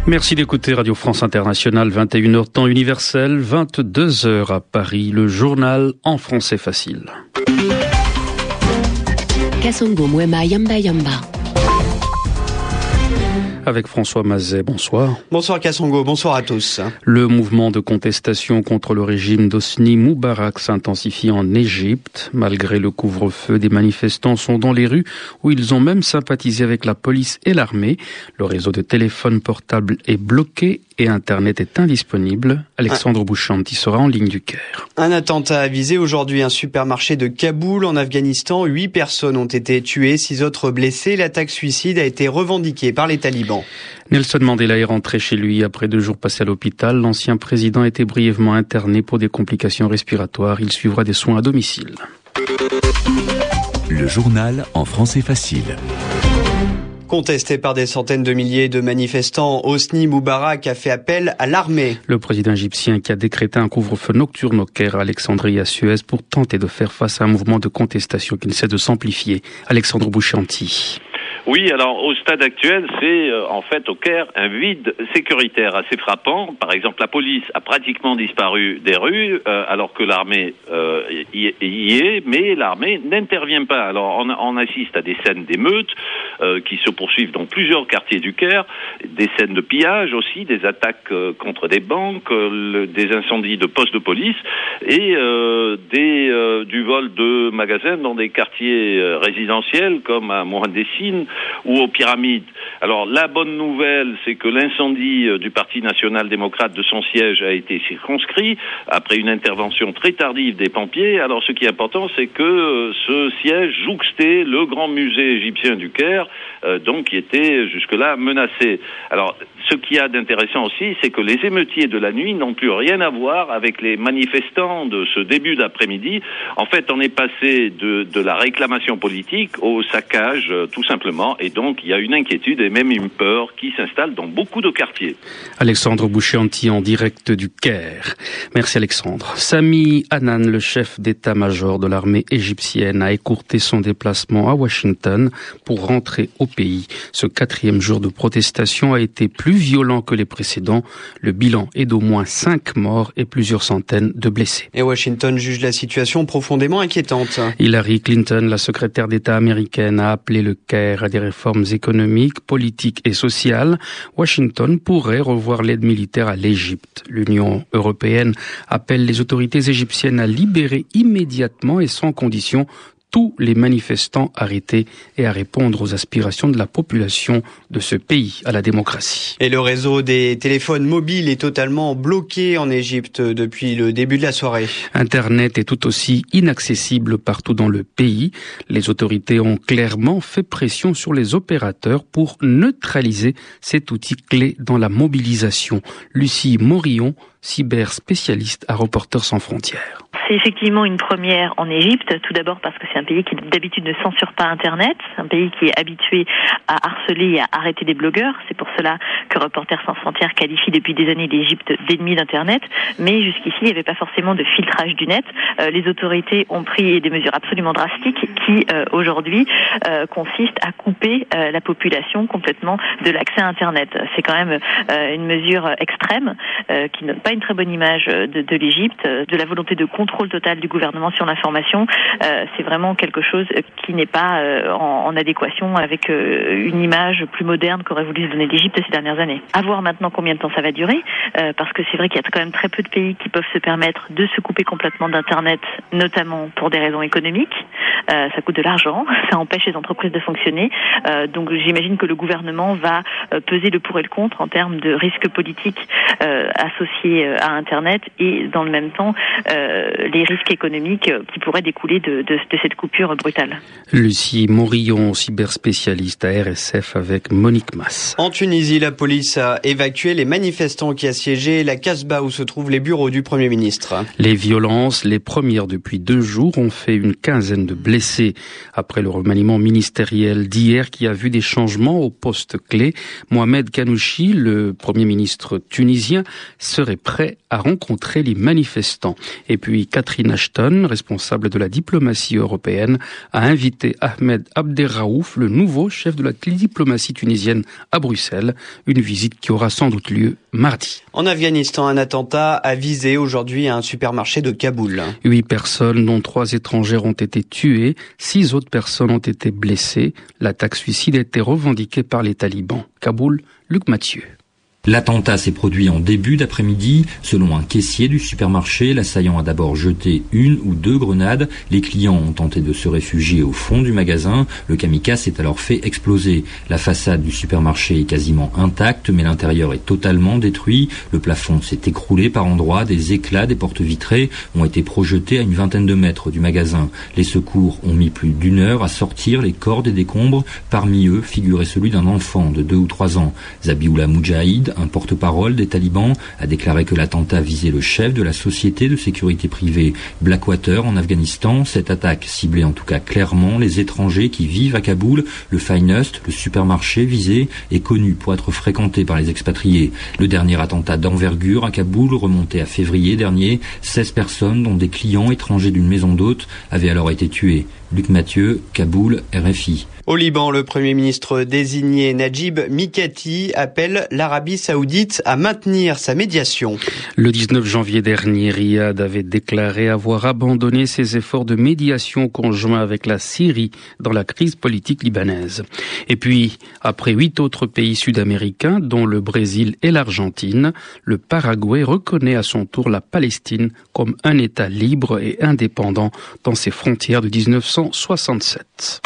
Merci d'écouter Radio France Internationale, 21h temps universel, 22h à Paris, le journal en français facile. Kasongo Mwema Yamba Yamba. Avec François Mazet, bonsoir. Bonsoir Kassongo, bonsoir à tous. Le mouvement de contestation contre le régime d'Hosni Moubarak s'intensifie en Égypte. Malgré le couvre-feu, des manifestants sont dans les rues où ils ont même sympathisé avec la police et l'armée. Le réseau de téléphones portables est bloqué et Internet est indisponible. Alexandre Bouchanti sera en ligne du Caire. Un attentat a visé aujourd'hui un supermarché de Kaboul en Afghanistan. 8 personnes ont été tuées, 6 autres blessées. L'attaque suicide a été revendiquée par les talibans. Nelson Mandela est rentré chez lui après 2 jours passés à l'hôpital. L'ancien président a été brièvement interné pour des complications respiratoires. Il suivra des soins à domicile. Le journal en français facile. Contesté par des centaines de milliers de manifestants, Hosni Moubarak a fait appel à l'armée. Le président égyptien qui a décrété un couvre-feu nocturne au Caire, à Alexandrie et à Suez pour tenter de faire face à un mouvement de contestation qui ne cesse de s'amplifier. Alexandre Bouchanti. Oui, alors au stade actuel, c'est en fait au Caire un vide sécuritaire assez frappant. Par exemple, la police a pratiquement disparu des rues, alors que l'armée y est, mais l'armée n'intervient pas. Alors on assiste à des scènes d'émeutes qui se poursuivent dans plusieurs quartiers du Caire, des scènes de pillage aussi, des attaques contre des banques, des incendies de postes de police et du vol de magasins dans des quartiers résidentiels comme à Mohandessine ou aux Pyramides. Alors la bonne nouvelle, c'est que l'incendie du Parti national-démocrate de son siège a été circonscrit après une intervention très tardive des pompiers. Alors ce qui est important, c'est que ce siège jouxtait le grand musée égyptien du Caire, donc qui était jusque-là menacé. Alors ce qu'il y a d'intéressant aussi, c'est que les émeutiers de la nuit n'ont plus rien à voir avec les manifestants de ce début d'après-midi. En fait, on est passé de la réclamation politique au saccage, tout simplement. Et donc, il y a une inquiétude et même une peur qui s'installe dans beaucoup de quartiers. Alexandre Bouchanti en direct du Caire. Merci Alexandre. Sami Hanan, le chef d'état-major de l'armée égyptienne, a écourté son déplacement à Washington pour rentrer au pays. Ce 4e jour de protestation a été plus violent que les précédents. Le bilan est d'au moins 5 morts et plusieurs centaines de blessés. Et Washington juge la situation profondément inquiétante. Hillary Clinton, la secrétaire d'État américaine, a appelé le Caire à des réformes économiques, politiques et sociales. Washington pourrait revoir l'aide militaire à l'Égypte. L'Union européenne appelle les autorités égyptiennes à libérer immédiatement et sans condition tous les manifestants arrêtés et à répondre aux aspirations de la population de ce pays à la démocratie. Et le réseau des téléphones mobiles est totalement bloqué en Égypte depuis le début de la soirée. Internet est tout aussi inaccessible partout dans le pays. Les autorités ont clairement fait pression sur les opérateurs pour neutraliser cet outil clé dans la mobilisation. Lucie Morillon, cyberspécialiste à Reporters sans frontières. C'est effectivement une première en Égypte, tout d'abord parce que c'est un pays qui d'habitude ne censure pas Internet, c'est un pays qui est habitué à harceler et à arrêter des blogueurs. C'est pour cela que Reporters sans frontières qualifie depuis des années l'Égypte d'ennemi d'Internet, mais jusqu'ici il n'y avait pas forcément de filtrage du net. Les autorités ont pris des mesures absolument drastiques qui aujourd'hui consistent à couper la population complètement de l'accès à Internet. C'est quand même une mesure extrême qui ne donne pas une très bonne image de l'Égypte, de la volonté de contrôle total du gouvernement sur l'information. C'est vraiment quelque chose qui n'est pas en adéquation avec une image plus moderne qu'aurait voulu se donner l'Égypte ces dernières années. À voir maintenant combien de temps ça va durer, parce que c'est vrai qu'il y a quand même très peu de pays qui peuvent se permettre de se couper complètement d'Internet, notamment pour des raisons économiques. Ça coûte de l'argent, ça empêche les entreprises de fonctionner. Donc j'imagine que le gouvernement va peser le pour et le contre en termes de risques politiques associés à Internet et dans le même temps les risques économiques qui pourraient découler de cette coupure brutale. Lucie Morillon, cyberspécialiste à RSF avec Monique Mass. En Tunisie, la police a évacué les manifestants qui assiégeaient la Casbah où se trouvent les bureaux du Premier ministre. Les violences, les premières depuis 2 jours, ont fait une quinzaine de blessés. Après le remaniement ministériel d'hier qui a vu des changements au poste clé, Mohamed Kanouchi, le Premier ministre tunisien, serait prêt à rencontrer les manifestants. Et puis Catherine Ashton, responsable de la diplomatie européenne, a invité Ahmed Abderraouf, le nouveau chef de la diplomatie tunisienne à Bruxelles, une visite qui aura sans doute lieu mardi. En Afghanistan, un attentat a visé aujourd'hui un supermarché de Kaboul. 8 personnes, dont 3 étrangères, ont été tuées. 6 autres personnes ont été blessées. L'attaque suicide a été revendiquée par les talibans. Kaboul, Luc Mathieu. L'attentat s'est produit en début d'après-midi. Selon un caissier du supermarché, l'assaillant a d'abord jeté 1 ou 2 grenades. Les clients ont tenté de se réfugier au fond du magasin. Le kamikaze s'est alors fait exploser. La façade du supermarché est quasiment intacte, mais l'intérieur est totalement détruit. Le plafond s'est écroulé par endroits. Des éclats des portes vitrées ont été projetés à une vingtaine de mètres du magasin. Les secours ont mis plus d'1 heure à sortir les corps des décombres. Parmi eux figurait celui d'un enfant de 2 ou 3 ans. Zabiullah Moudjahid, un porte-parole des talibans, a déclaré que l'attentat visait le chef de la société de sécurité privée Blackwater en Afghanistan. Cette attaque ciblait en tout cas clairement les étrangers qui vivent à Kaboul. Le Finest, le supermarché visé, est connu pour être fréquenté par les expatriés. Le dernier attentat d'envergure à Kaboul remontait à février dernier. 16 personnes, dont des clients étrangers d'une maison d'hôtes, avaient alors été tuées. Luc Mathieu, Kaboul, RFI. Au Liban, le Premier ministre désigné Najib Mikati appelle l'Arabie Saoudite à maintenir sa médiation. Le 19 janvier dernier, Riyad avait déclaré avoir abandonné ses efforts de médiation conjoints avec la Syrie dans la crise politique libanaise. Et puis, après 8 autres pays sud-américains, dont le Brésil et l'Argentine, le Paraguay reconnaît à son tour la Palestine comme un État libre et indépendant dans ses frontières de 1967.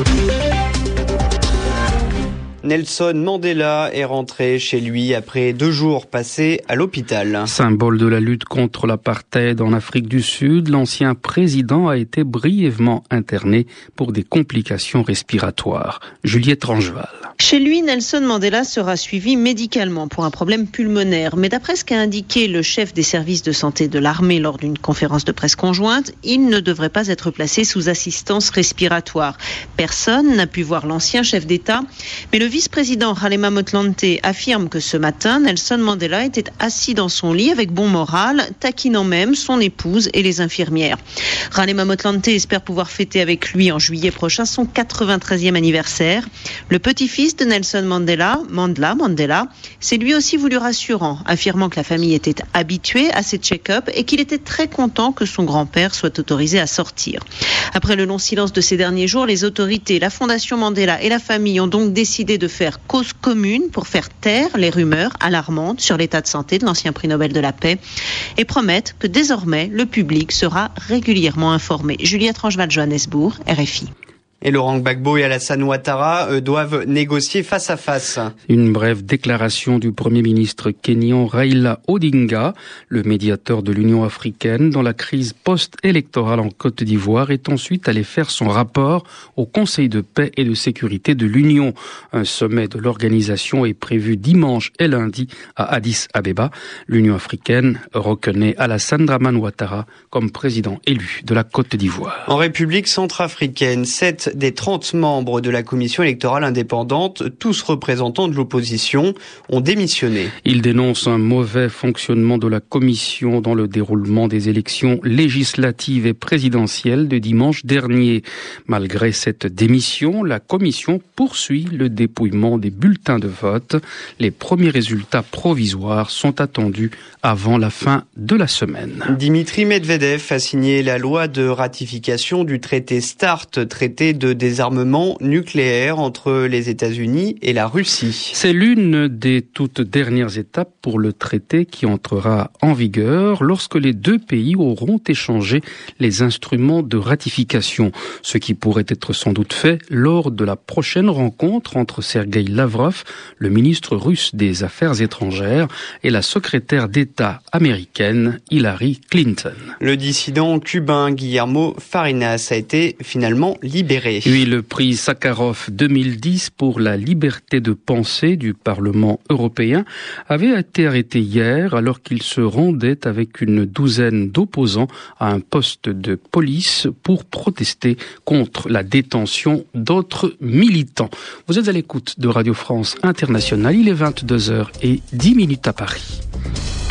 Nelson Mandela est rentré chez lui après 2 jours passés à l'hôpital. Symbole de la lutte contre l'apartheid en Afrique du Sud, l'ancien président a été brièvement interné pour des complications respiratoires. Juliette Rangeval. Chez lui, Nelson Mandela sera suivi médicalement pour un problème pulmonaire. Mais d'après ce qu'a indiqué le chef des services de santé de l'armée lors d'une conférence de presse conjointe, il ne devrait pas être placé sous assistance respiratoire. Personne n'a pu voir l'ancien chef d'État, mais le vice-président Halema Motlanthe affirme que ce matin, Nelson Mandela était assis dans son lit avec bon moral, taquinant même son épouse et les infirmières. Halema Motlanthe espère pouvoir fêter avec lui en juillet prochain son 93e anniversaire. Le petit-fils de Nelson Mandela, Mandela, s'est lui aussi voulu rassurant, affirmant que la famille était habituée à ces check-ups et qu'il était très content que son grand-père soit autorisé à sortir. Après le long silence de ces derniers jours, les autorités, la Fondation Mandela et la famille ont donc décidé de faire cause commune pour faire taire les rumeurs alarmantes sur l'état de santé de l'ancien prix Nobel de la paix et promettent que désormais le public sera régulièrement informé. Juliette Rangeval, Johannesburg, RFI. Et Laurent Gbagbo et Alassane Ouattara doivent négocier face à face. Une brève déclaration du Premier ministre kényan Raila Odinga, le médiateur de l'Union africaine dans la crise post-électorale en Côte d'Ivoire, est ensuite allé faire son rapport au Conseil de paix et de sécurité de l'Union. Un sommet de l'organisation est prévu dimanche et lundi à Addis Abeba. L'Union africaine reconnaît Alassane Dramane Ouattara comme président élu de la Côte d'Ivoire. En République centrafricaine, 7 des 30 membres de la commission électorale indépendante, tous représentants de l'opposition, ont démissionné. Ils dénoncent un mauvais fonctionnement de la commission dans le déroulement des élections législatives et présidentielles de dimanche dernier. Malgré cette démission, la commission poursuit le dépouillement des bulletins de vote. Les premiers résultats provisoires sont attendus avant la fin de la semaine. Dimitri Medvedev a signé la loi de ratification du traité START, traité de désarmement nucléaire entre les États-Unis et la Russie. C'est l'une des toutes dernières étapes pour le traité qui entrera en vigueur lorsque les 2 pays auront échangé les instruments de ratification, ce qui pourrait être sans doute fait lors de la prochaine rencontre entre Sergueï Lavrov, le ministre russe des Affaires étrangères, et la secrétaire d'État américaine Hillary Clinton. Le dissident cubain Guillermo Fariñas a été finalement libéré. Oui, le prix Sakharov 2010 pour la liberté de pensée du Parlement européen avait été arrêté hier alors qu'il se rendait avec une douzaine d'opposants à un poste de police pour protester contre la détention d'autres militants. Vous êtes à l'écoute de Radio France Internationale, il est 22h10 à Paris.